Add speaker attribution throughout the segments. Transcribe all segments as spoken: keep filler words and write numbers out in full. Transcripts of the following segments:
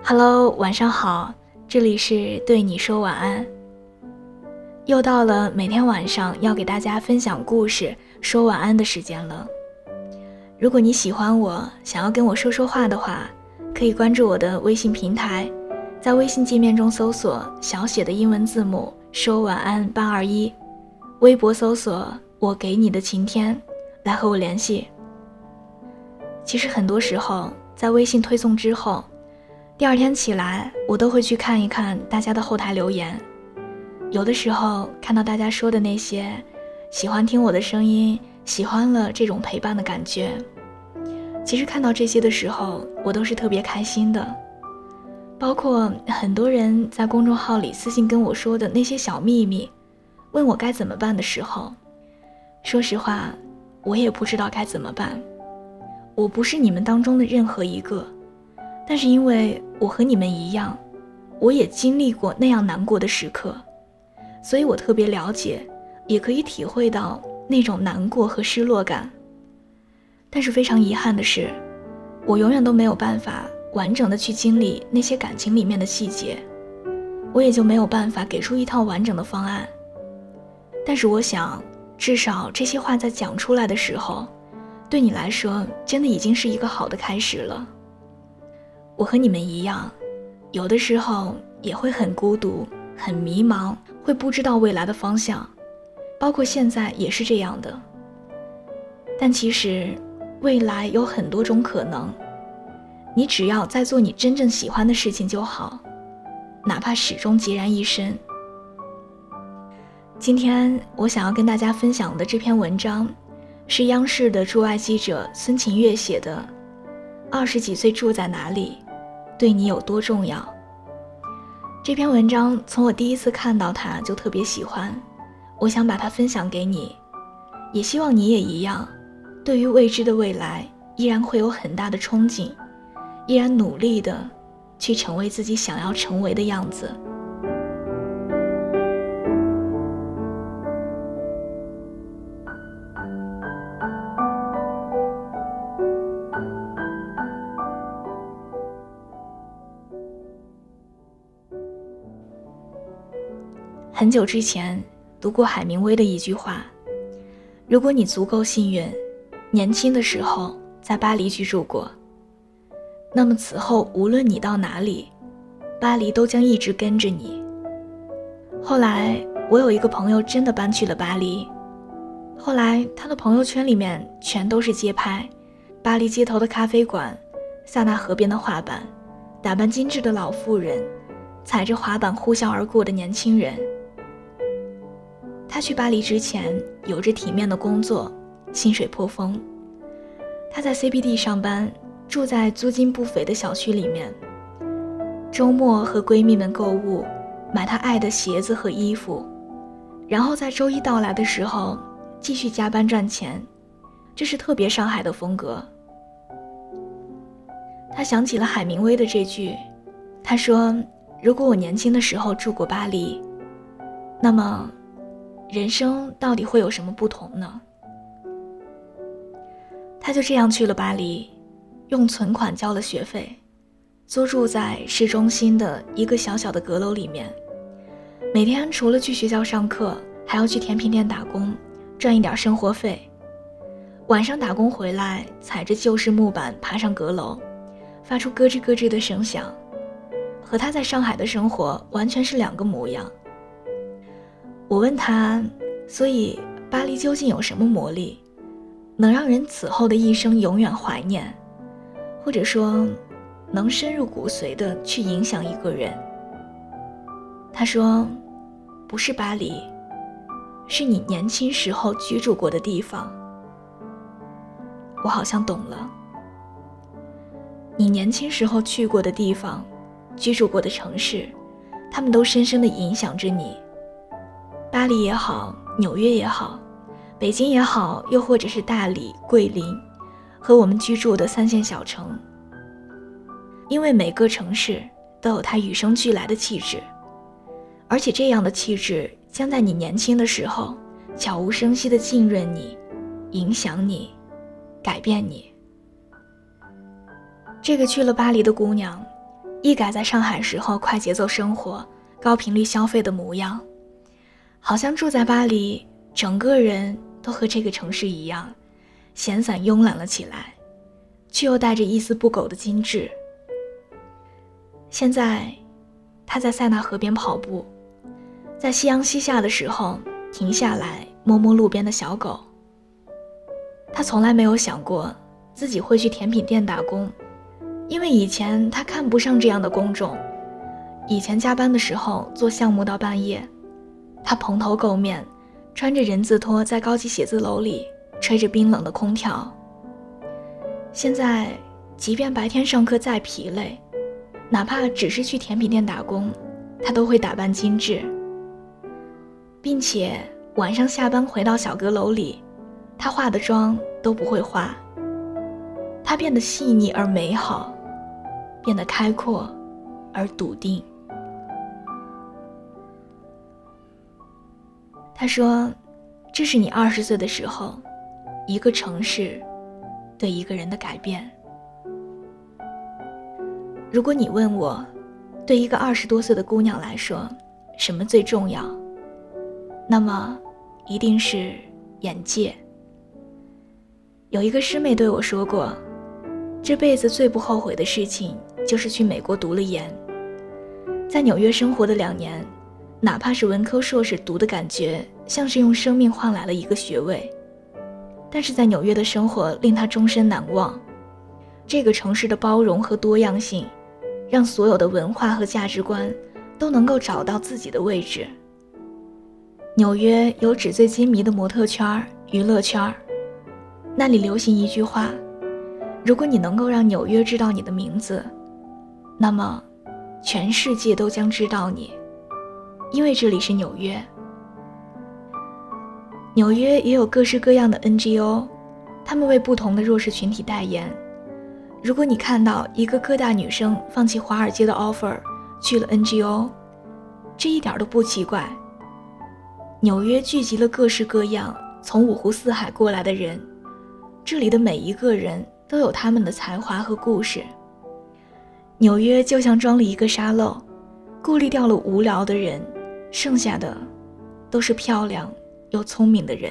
Speaker 1: Hello， 晚上好，这里是对你说晚安。又到了每天晚上要给大家分享故事、说晚安的时间了。如果你喜欢我，想要跟我说说话的话，可以关注我的微信平台，在微信界面中搜索小写的英文字母说晚安八二一，微博搜索我给你的晴天，来和我联系。其实很多时候，在微信推送之后，第二天起来，我都会去看一看大家的后台留言。有的时候看到大家说的那些喜欢听我的声音，喜欢了这种陪伴的感觉，其实看到这些的时候，我都是特别开心的。包括很多人在公众号里私信跟我说的那些小秘密，问我该怎么办的时候，说实话，我也不知道该怎么办。我不是你们当中的任何一个，但是因为我和你们一样，我也经历过那样难过的时刻，所以我特别了解，也可以体会到那种难过和失落感。但是非常遗憾的是，我永远都没有办法完整的去经历那些感情里面的细节，我也就没有办法给出一套完整的方案。但是我想，至少这些话在讲出来的时候，对你来说真的已经是一个好的开始了。我和你们一样，有的时候也会很孤独，很迷茫，会不知道未来的方向，包括现在也是这样的。但其实未来有很多种可能，你只要在做你真正喜欢的事情就好，哪怕始终孑然一身。今天我想要跟大家分享的这篇文章，是央视的驻外记者孙晴月写的《二十几岁住在哪里，对你有多重要》。这篇文章从我第一次看到它就特别喜欢，我想把它分享给你，也希望你也一样，对于未知的未来依然会有很大的憧憬，依然努力的去成为自己想要成为的样子。很久之前读过海明威的一句话，如果你足够幸运，年轻的时候在巴黎居住过，那么此后无论你到哪里，巴黎都将一直跟着你。后来我有一个朋友真的搬去了巴黎，后来他的朋友圈里面全都是街拍，巴黎街头的咖啡馆，塞纳河边的画板，打扮精致的老妇人，踩着滑板呼啸而过的年轻人。他去巴黎之前有着体面的工作，薪水颇丰。他在 C B D 上班，住在租金不菲的小区里面。周末和闺蜜们购物，买她爱的鞋子和衣服，然后在周一到来的时候继续加班赚钱，这是特别上海的风格。他想起了海明威的这句，他说，如果我年轻的时候住过巴黎，那么人生到底会有什么不同呢？他就这样去了巴黎，用存款交了学费，租住在市中心的一个小小的阁楼里面，每天除了去学校上课，还要去甜品店打工，赚一点生活费。晚上打工回来，踩着旧式木板爬上阁楼，发出咯吱咯吱的声响，和他在上海的生活完全是两个模样。我问他，所以巴黎究竟有什么魔力，能让人此后的一生永远怀念，或者说能深入骨髓地去影响一个人？他说，不是巴黎，是你年轻时候居住过的地方。我好像懂了，你年轻时候去过的地方，居住过的城市，他们都深深地影响着你。巴黎也好，纽约也好，北京也好，又或者是大理、桂林和我们居住的三线小城，因为每个城市都有它与生俱来的气质，而且这样的气质将在你年轻的时候悄无声息地浸润你，影响你，改变你。这个去了巴黎的姑娘， 一改在上海时候快节奏生活、高频率消费的模样，好像住在巴黎，整个人都和这个城市一样，闲散慵懒了起来，却又带着一丝不苟的精致。现在，他在塞纳河边跑步，在夕阳西下的时候停下来摸摸路边的小狗。他从来没有想过自己会去甜品店打工，因为以前他看不上这样的工种。以前加班的时候做项目到半夜，他蓬头垢面，穿着人字拖在高级写字楼里吹着冰冷的空调。现在即便白天上课再疲累，哪怕只是去甜品店打工，他都会打扮精致，并且晚上下班回到小阁楼里，他化的妆都不会化。他变得细腻而美好，变得开阔而笃定。他说，这是你二十岁的时候，一个城市对一个人的改变。如果你问我，对一个二十多岁的姑娘来说，什么最重要？那么，一定是眼界。有一个师妹对我说过，这辈子最不后悔的事情就是去美国读了研。在纽约生活的两年，哪怕是文科硕士读的感觉像是用生命换来了一个学位，但是在纽约的生活令他终身难忘。这个城市的包容和多样性，让所有的文化和价值观都能够找到自己的位置。纽约有纸醉金迷的模特圈、娱乐圈，那里流行一句话，如果你能够让纽约知道你的名字，那么全世界都将知道你，因为这里是纽约。纽约也有各式各样的 N G O， 他们为不同的弱势群体代言。如果你看到一个科大女生放弃华尔街的 offer 去了 N G O， 这一点都不奇怪。纽约聚集了各式各样从五湖四海过来的人，这里的每一个人都有他们的才华和故事。纽约就像装了一个沙漏，过滤掉了无聊的人，剩下的都是漂亮又聪明的人。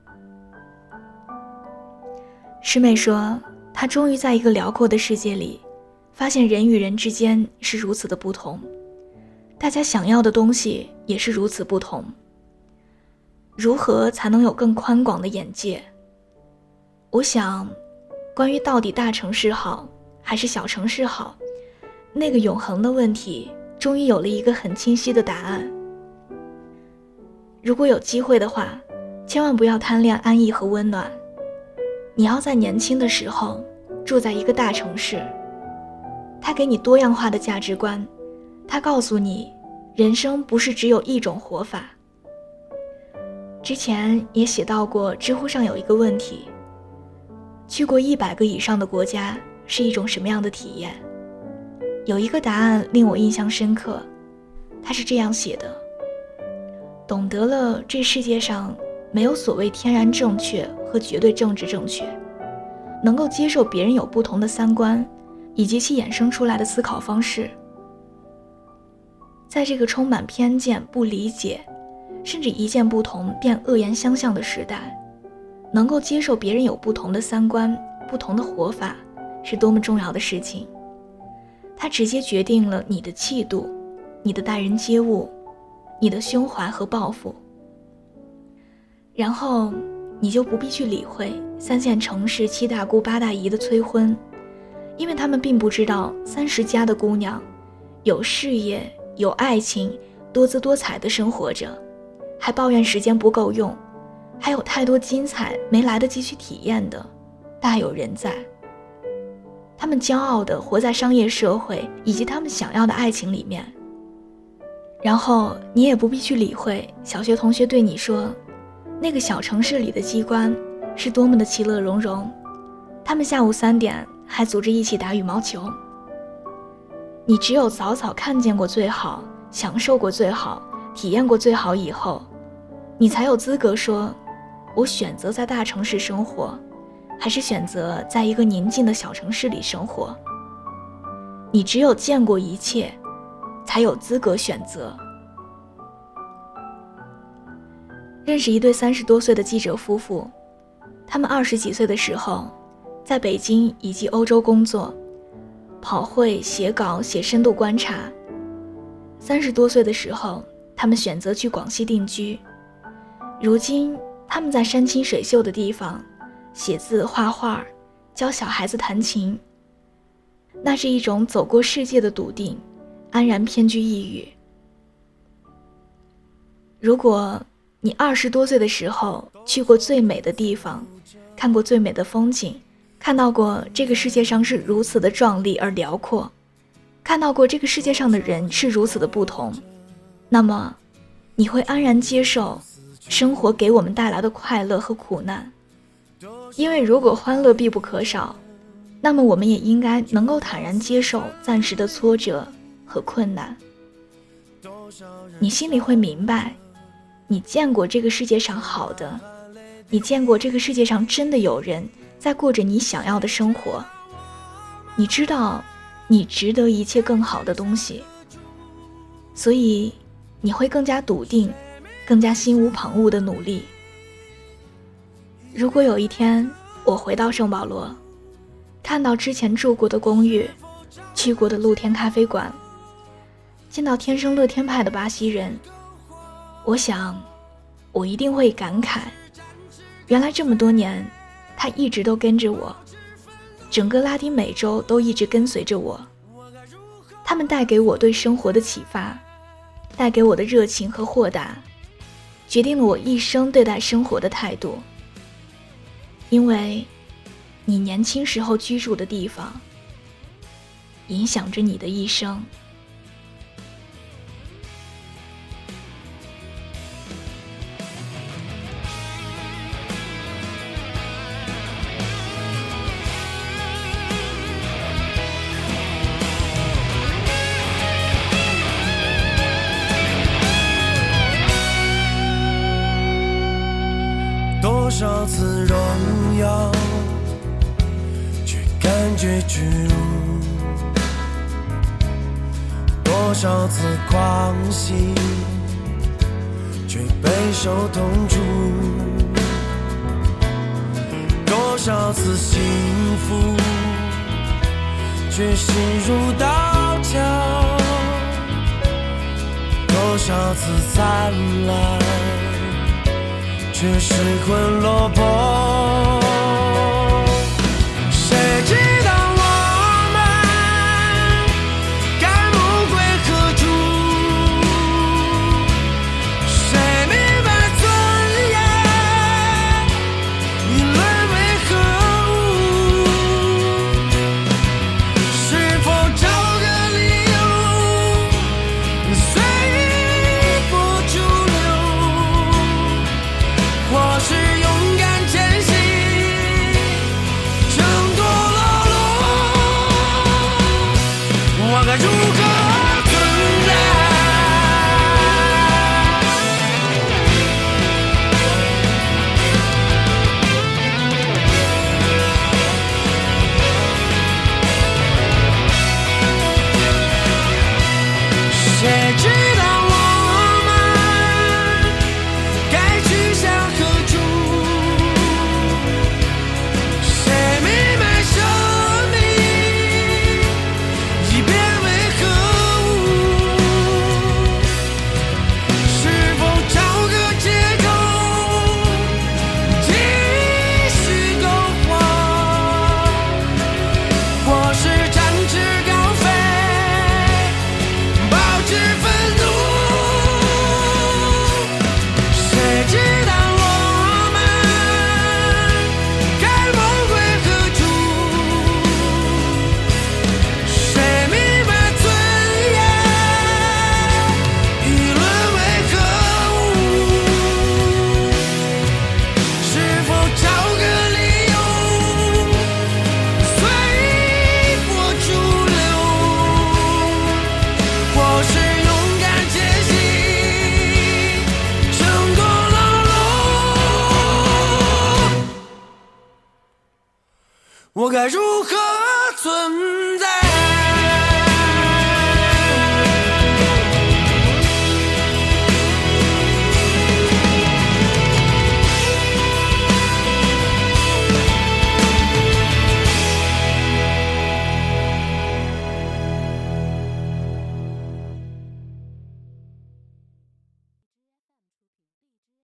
Speaker 1: 师妹说，她终于在一个辽阔的世界里，发现人与人之间是如此的不同，大家想要的东西也是如此不同。如何才能有更宽广的眼界？我想，关于到底大城市好还是小城市好，那个永恒的问题终于有了一个很清晰的答案。如果有机会的话，千万不要贪恋安逸和温暖。你要在年轻的时候住在一个大城市，它给你多样化的价值观，它告诉你人生不是只有一种活法。之前也写到过，知乎上有一个问题，去过一百个以上的国家是一种什么样的体验？有一个答案令我印象深刻，他是这样写的：懂得了这世界上没有所谓天然正确和绝对政治正确，能够接受别人有不同的三观以及其衍生出来的思考方式。在这个充满偏见、不理解甚至一见不同便恶言相向的时代，能够接受别人有不同的三观、不同的活法，是多么重要的事情。它直接决定了你的气度、你的待人接物、你的胸怀和抱负。然后你就不必去理会三线城市七大姑八大姨的催婚，因为他们并不知道三十加的姑娘有事业、有爱情，多姿多彩地生活着，还抱怨时间不够用，还有太多精彩没来得及去体验的，大有人在。他们骄傲地活在商业社会以及他们想要的爱情里面。然后你也不必去理会小学同学对你说，那个小城市里的机关是多么的其乐融融，他们下午三点还组织一起打羽毛球。你只有早早看见过最好，享受过最好，体验过最好以后，你才有资格说，我选择在大城市生活，还是选择在一个宁静的小城市里生活。 你只有见过一切，才有资格选择。认识一对三十多岁的记者夫妇，他们二十几岁的时候，在北京以及欧洲工作，跑会、写稿、写深度观察。三十多岁的时候，他们选择去广西定居。如今，他们在山清水秀的地方写字、画画，教小孩子弹琴。那是一种走过世界的笃定，安然偏居一隅。如果你二十多岁的时候去过最美的地方，看过最美的风景，看到过这个世界上是如此的壮丽而辽阔，看到过这个世界上的人是如此的不同，那么你会安然接受生活给我们带来的快乐和苦难。因为如果欢乐必不可少，那么我们也应该能够坦然接受暂时的挫折和困难。你心里会明白，你见过这个世界上好的，你见过这个世界上真的有人在过着你想要的生活，你知道你值得一切更好的东西，所以你会更加笃定，更加心无旁骛的努力。如果有一天我回到圣保罗，看到之前住过的公寓，去过的露天咖啡馆，见到天生乐天派的巴西人，我想我一定会感慨，原来这么多年他一直都跟着我，整个拉丁美洲都一直跟随着我。他们带给我对生活的启发，带给我的热情和豁达，决定了我一生对待生活的态度。因为你年轻时候居住的地方，影响着你的一生。
Speaker 2: 多少次荣耀，却感觉屈辱；多少次狂喜，却备受痛楚；多少次幸福，却心如刀绞；多少次灿烂，却失魂落魄。谁知道我们该梦归何处？谁明白尊严已沦为何物？是否找个理由随波逐流？或是勇敢前行，争夺了路，我该如何存在？谁知道我们该去向何处？谁明白生命已变为何物？是否找个借口继续苟活？或是展翅高飞，保持愤怒？谁知道我们该梦归何处？谁明白尊严已沦为何物？是否找个理由随波逐流？或是勇敢前行，争夺了路，我该如何存在？